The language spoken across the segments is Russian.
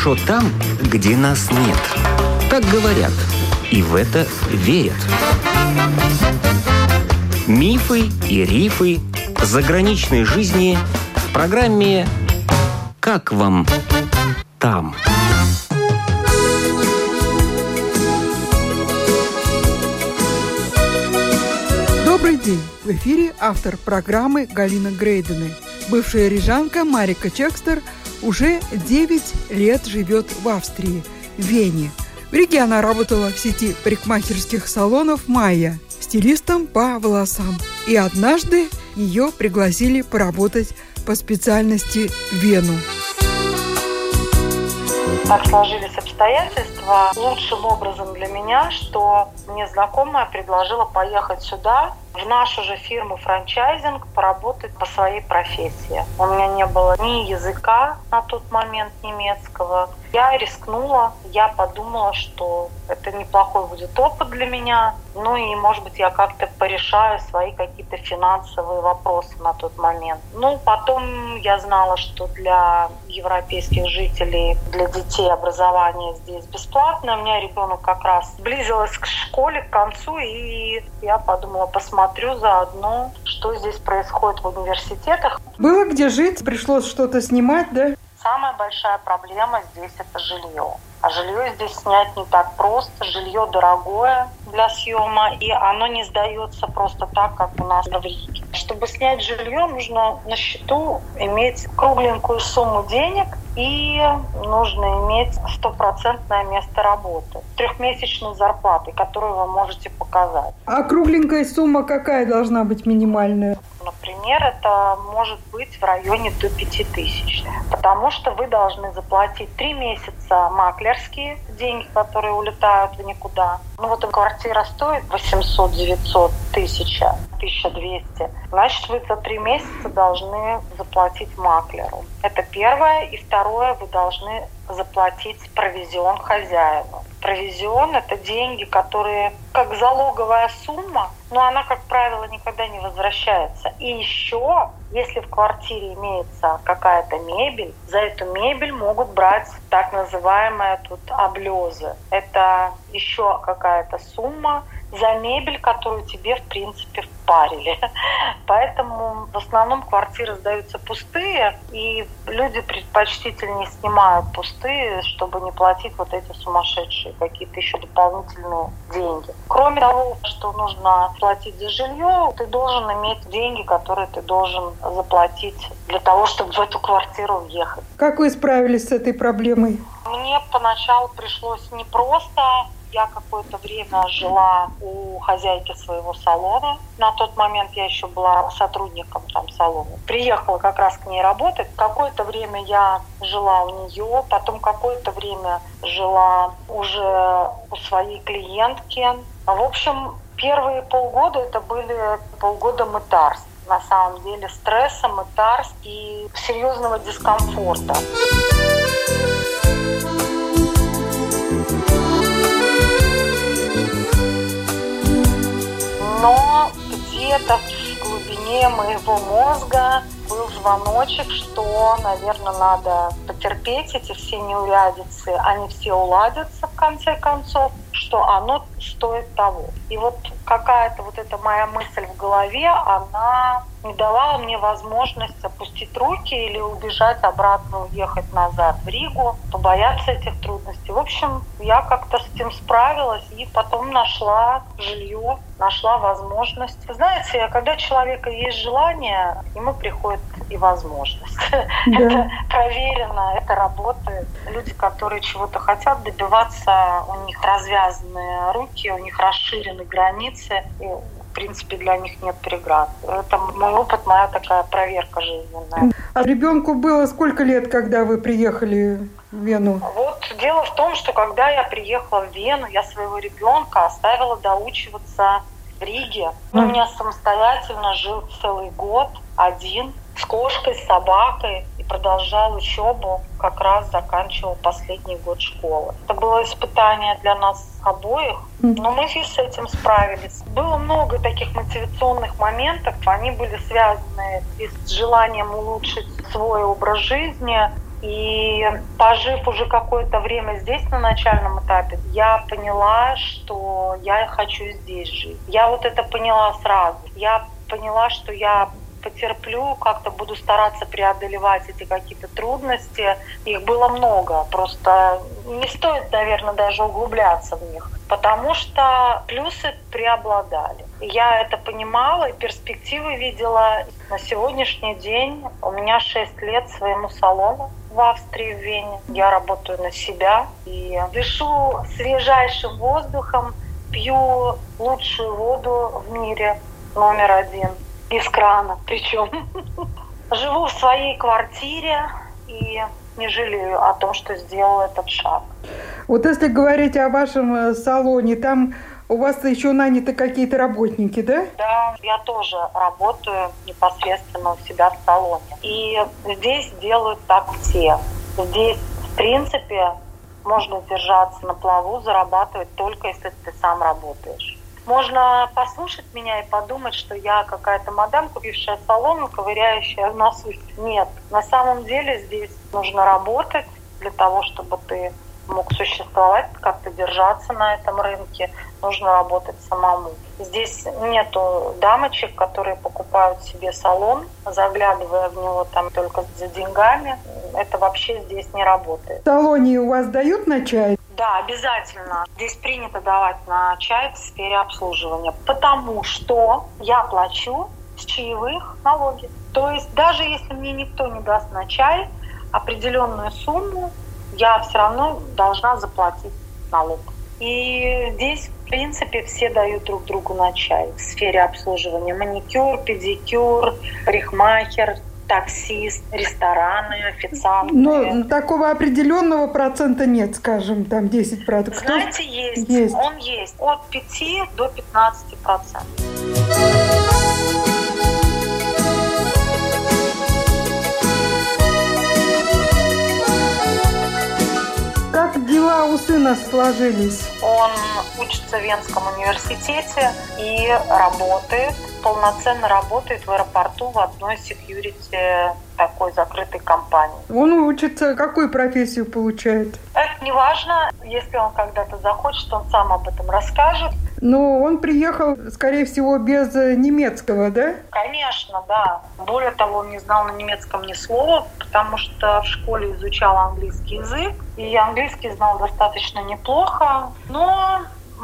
хорошо там, где нас нет. Так говорят, и в это верят. Мифы и рифы заграничной жизни в программе «Как вам там?». Добрый день! В эфире автор программы Галина Грейдены. Бывшая рижанка Марика Чекстер уже 9 лет живет в Австрии, в Вене. В Риге она работала в сети парикмахерских салонов «Майя» стилистом по волосам. И однажды ее пригласили поработать по специальности в Вену. Так сложились обстоятельства лучшим образом для меня, что мне знакомая предложила поехать сюда, в нашу же фирму франчайзинг, поработать по своей профессии. У меня не было ни языка на тот момент немецкого. Я рискнула, я подумала, что это неплохой будет опыт для меня. Ну и, может быть, я как-то порешаю свои какие-то финансовые вопросы на тот момент. Ну, потом я знала, что для европейских жителей, для детей образование здесь бесплатное. У меня ребенок как раз близилась к школе, к концу, и я подумала, посмотрю заодно, что здесь происходит в университетах. Было где жить? Пришлось что-то снимать, да? Самая большая проблема здесь – это жилье. А жилье здесь снять не так просто. Жилье дорогое для съема, и оно не сдается просто так, как у нас в Риге. Чтобы снять жилье, нужно на счету иметь кругленькую сумму денег, и нужно иметь 100% место работы, 3-месячной зарплаты, которую вы можете показать. А кругленькая сумма какая должна быть минимальная? Например, это может быть в районе до 5000, потому что вы должны заплатить 3 месяца маклерские деньги, которые улетают в никуда. Ну вот квартира стоит 800, 900, 1000, 1200. Значит, вы за 3 месяца должны заплатить маклеру. Это первое. И второе, вы должны заплатить провизион хозяину. Провизион – это деньги, которые как залоговая сумма, но она, как правило, никогда не возвращается. И еще, если в квартире имеется какая-то мебель, за эту мебель могут брать так называемые тут облёзы. Это еще какая-то сумма за мебель, которую тебе, в принципе, впарили. Поэтому в основном квартиры сдаются пустые, и люди предпочтительнее снимают пустые, чтобы не платить вот эти сумасшедшие какие-то еще дополнительные деньги. Кроме того, что нужно платить за жилье, ты должен иметь деньги, которые ты должен заплатить для того, чтобы в эту квартиру въехать. Как вы справились с этой проблемой? Мне поначалу пришлось непросто. Я какое-то время жила у хозяйки своего салона. На тот момент я еще была сотрудником там салона. Приехала как раз к ней работать. Какое-то время я жила у нее, потом какое-то время жила уже у своей клиентки. В общем, первые полгода это были полгода мытарств. На самом деле стресса, мытарств и серьезного дискомфорта. Но где-то в глубине моего мозга был звоночек, что, наверное, надо потерпеть эти все неурядицы, они все уладятся в конце концов, что оно стоит того. И вот какая-то вот эта моя мысль в голове, она не давала мне возможность опустить руки или убежать обратно, уехать назад в Ригу, побояться этих трудностей. В общем, я как-то с этим справилась и потом нашла жилье, нашла возможность. Знаете, когда у человека есть желание, ему приходит и возможность. Да. Это проверено, это работает. Люди, которые чего-то хотят добиваться, у них развязанные руки, у них расширены границы, и, в принципе, для них нет преград. Это мой опыт, моя такая проверка жизненная. А ребенку было сколько лет, когда вы приехали в Вену? Вот дело в том, что когда я приехала в Вену, я своего ребенка оставила доучиваться в Риге. Он у меня самостоятельно жил целый год один, с кошкой, с собакой, и продолжал учебу, как раз заканчивал последний год школы. Это было испытание для нас обоих, но мы с этим справились. Было много таких мотивационных моментов, они были связаны и с желанием улучшить свой образ жизни, И пожив уже какое-то время здесь на начальном этапе, я поняла, что я хочу здесь жить. Я вот это поняла сразу. Я поняла, что я потерплю, как-то буду стараться преодолевать эти какие-то трудности. Их было много, просто не стоит, наверное, даже углубляться в них, потому что плюсы преобладали. Я это понимала и перспективы видела. На сегодняшний день у меня 6 лет своему салону в Австрии, в Вене. Я работаю на себя и дышу свежайшим воздухом, пью лучшую воду в мире, номер 1. Из крана причем. Живу в своей квартире и не жалею о том, что сделала этот шаг. Вот если говорить о вашем салоне, там у вас еще наняты какие-то работники, да? Да, я тоже работаю непосредственно у себя в салоне. И здесь делают так все. Здесь, в принципе, можно держаться на плаву, зарабатывать только если ты сам работаешь. Можно послушать меня и подумать, что я какая-то мадам, купившая салон, ковыряющая в носу. Нет, на самом деле здесь нужно работать для того, чтобы ты мог существовать, как-то держаться на этом рынке. Нужно работать самому. Здесь нету дамочек, которые покупают себе салон, заглядывая в него там только за деньгами. Это вообще здесь не работает. В салоне у вас дают на чай? Да, обязательно. Здесь принято давать на чай в сфере обслуживания, потому что я плачу с чаевых налоги. То есть даже если мне никто не даст на чай определенную сумму, я все равно должна заплатить налог. И здесь, в принципе, все дают друг другу на чай в сфере обслуживания. Маникюр, педикюр, парикмахер, таксист, рестораны, официанты. Но такого определенного процента нет, скажем, там 10%. Знаете, есть. Он есть. От 5 до 15%. Как дела у сына сложились? Он учится в Венском университете и работает, полноценно работает в аэропорту в одной секьюрити такой закрытой компании. Он учится, какую профессию получает? Это не важно. Если он когда-то захочет, он сам об этом расскажет. Но он приехал, скорее всего, без немецкого, да? Конечно, да. Более того, он не знал на немецком ни слова, потому что в школе изучал английский язык. И английский знал достаточно неплохо. Но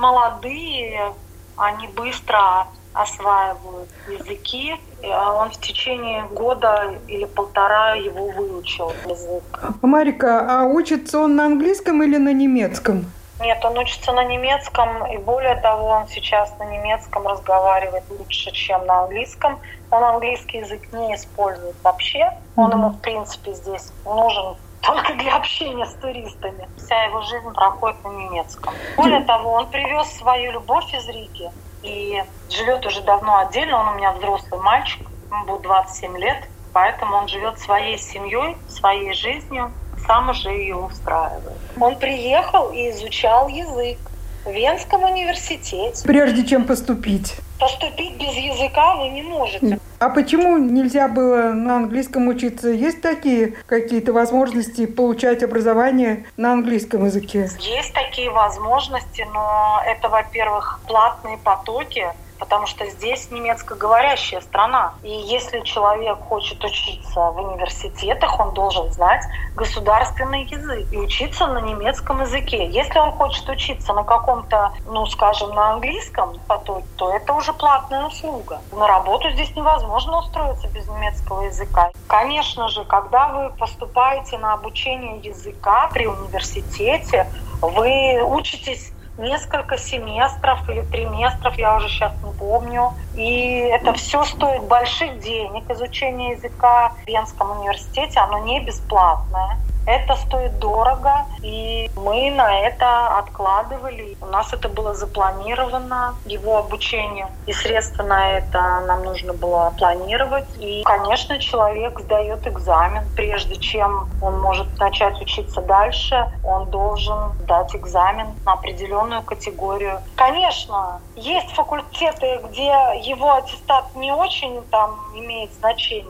молодые, они быстро осваивают языки. Он в течение года или полтора его выучил язык. Марика, а учится он на английском или на немецком? Нет, он учится на немецком, и более того, он сейчас на немецком разговаривает лучше, чем на английском. Он английский язык не использует вообще. Он ему, в принципе, здесь нужен только для общения с туристами. Вся его жизнь проходит на немецком. Более того, он привез свою любовь из Риги и живет уже давно отдельно. Он у меня взрослый мальчик, ему будет 27 лет, поэтому он живет своей семьей, своей жизнью, сам уже ее устраивает. Он приехал и изучал язык в Венском университете. Прежде чем поступить. Поступить без языка вы не можете. А почему нельзя было на английском учиться? Есть такие какие-то возможности получать образование на английском языке? Есть такие возможности, но это, во-первых, платные потоки, потому что здесь немецкоговорящая страна. И если человек хочет учиться в университетах, он должен знать государственный язык и учиться на немецком языке. Если он хочет учиться на каком-то, скажем, на английском потоке, то это уже платная услуга. На работу здесь невозможно устроиться без немецкого языка. Конечно же, когда вы поступаете на обучение языка при университете, вы учитесь несколько семестров или триместров, я уже сейчас не помню. И это все стоит больших денег. Изучение языка в Венском университете, оно не бесплатное. Это стоит дорого, и мы на это откладывали. У нас это было запланировано, его обучение, и средства на это нам нужно было планировать. И, конечно, человек сдает экзамен. Прежде чем он может начать учиться дальше, он должен сдать экзамен на определенную категорию. Конечно, есть факультеты, где его аттестат не очень имеет значение,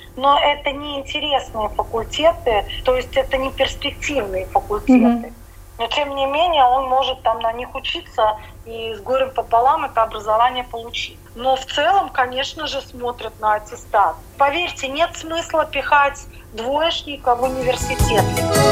но это не интересные факультеты, то есть это не перспективные факультеты. Но тем не менее он может там на них учиться и с горем пополам это образование получить. Но в целом, конечно же, смотрят на аттестат. Поверьте, нет смысла пихать двоечника в университет.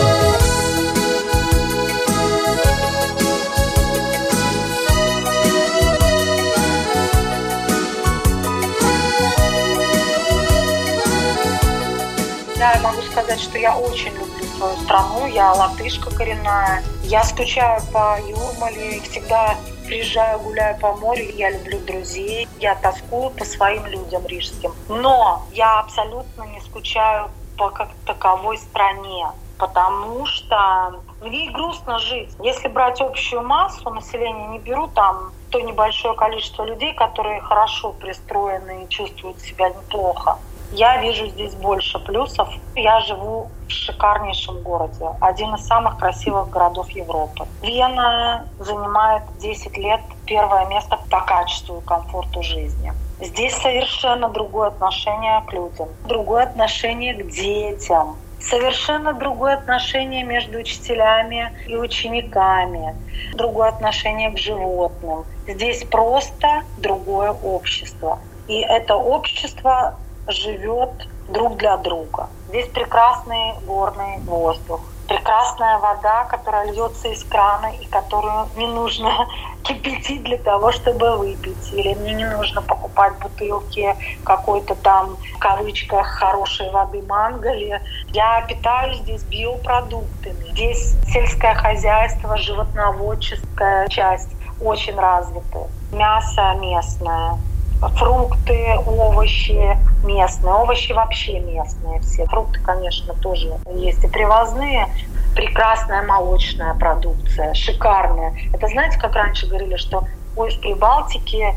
Да, я могу сказать, что я очень люблю свою страну, я латышка коренная. Я скучаю по Юрмале, всегда приезжаю, гуляю по морю, я люблю друзей, я тоскую по своим людям рижским. Но я абсолютно не скучаю по как таковой стране, потому что в ней грустно жить. Если брать общую массу населения, не беру там то небольшое количество людей, которые хорошо пристроены и чувствуют себя неплохо. Я вижу здесь больше плюсов. Я живу в шикарнейшем городе, один из самых красивых городов Европы. Вена занимает 10 лет первое место по качеству и комфорту жизни. Здесь совершенно другое отношение к людям, другое отношение к детям, совершенно другое отношение между учителями и учениками, другое отношение к животным. Здесь просто другое общество. И это общество живет друг для друга. Здесь прекрасный горный воздух, прекрасная вода, которая льется из крана и которую не нужно кипятить для того, чтобы выпить. Или мне не нужно покупать бутылки какой-то там, в кавычках, хорошей воды Манголи. Я питаюсь здесь биопродуктами. Здесь сельское хозяйство, животноводческая часть очень развита. Мясо местное. Фрукты, овощи местные. Овощи вообще местные все. Фрукты, конечно, тоже есть и привозные. Прекрасная молочная продукция, шикарная. Это знаете, как раньше говорили, что ой, в Прибалтике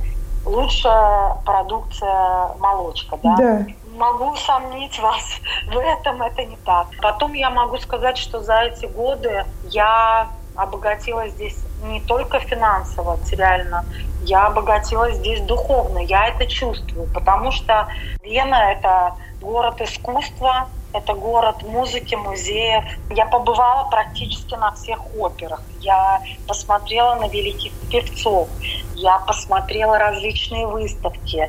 лучшая продукция молочка, да? Да. Могу усомнить вас в этом, это не так. Потом я могу сказать, что за эти годы я обогатилась здесь не только финансово, материально, я обогатилась здесь духовно, я это чувствую, потому что Вена — это город искусства, это город музыки, музеев. Я побывала практически на всех операх, я посмотрела на великих певцов, я посмотрела различные выставки,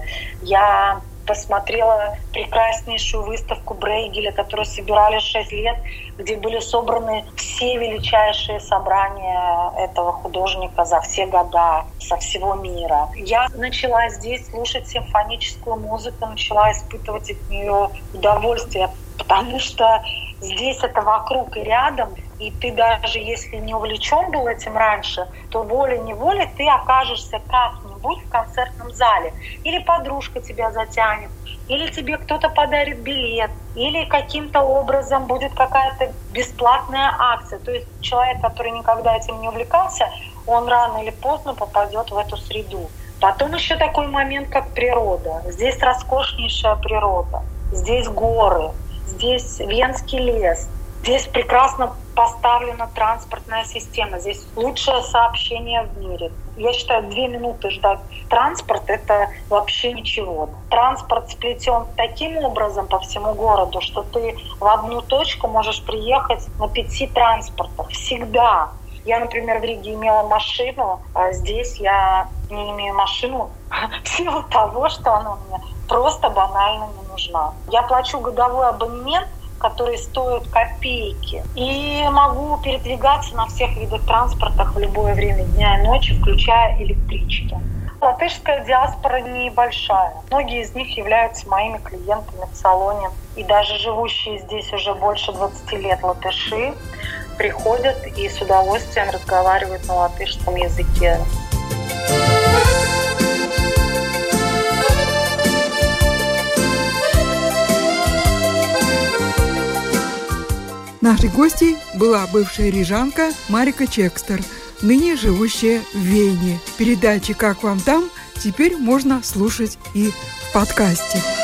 я посмотрела прекраснейшую выставку Брейгеля, которую собирали 6 лет, где были собраны все величайшие собрания этого художника за все года, со всего мира. Я начала здесь слушать симфоническую музыку, начала испытывать от нее удовольствие, потому что здесь это вокруг и рядом, и ты даже если не увлечен был этим раньше, то волей-неволей ты окажешься как-нибудь в концертном зале. Или подружка тебя затянет, или тебе кто-то подарит билет, или каким-то образом будет какая-то бесплатная акция. То есть человек, который никогда этим не увлекался, он рано или поздно попадет в эту среду. Потом еще такой момент, как природа. Здесь роскошнейшая природа, здесь горы, здесь Венский лес, здесь прекрасно поставлена транспортная система, здесь лучшее сообщение в мире. Я считаю, 2 минуты ждать транспорт — это вообще ничего. Транспорт сплетен таким образом по всему городу, что ты в одну точку можешь приехать на 5 транспортах всегда. Я, например, в Риге имела машину, а здесь я не имею машину в силу того, что она мне просто банально не нужна. Я плачу годовой абонемент, который стоит копейки, и могу передвигаться на всех видах транспорта в любое время дня и ночи, включая электрички. Латышская диаспора небольшая. Многие из них являются моими клиентами в салоне. И даже живущие здесь уже больше 20 лет латыши приходят и с удовольствием разговаривают на латышском языке. Нашей гостьей была бывшая рижанка Марика Чекстер, ныне живущая в Вене. Передачи «Как вам там» теперь можно слушать и в подкасте.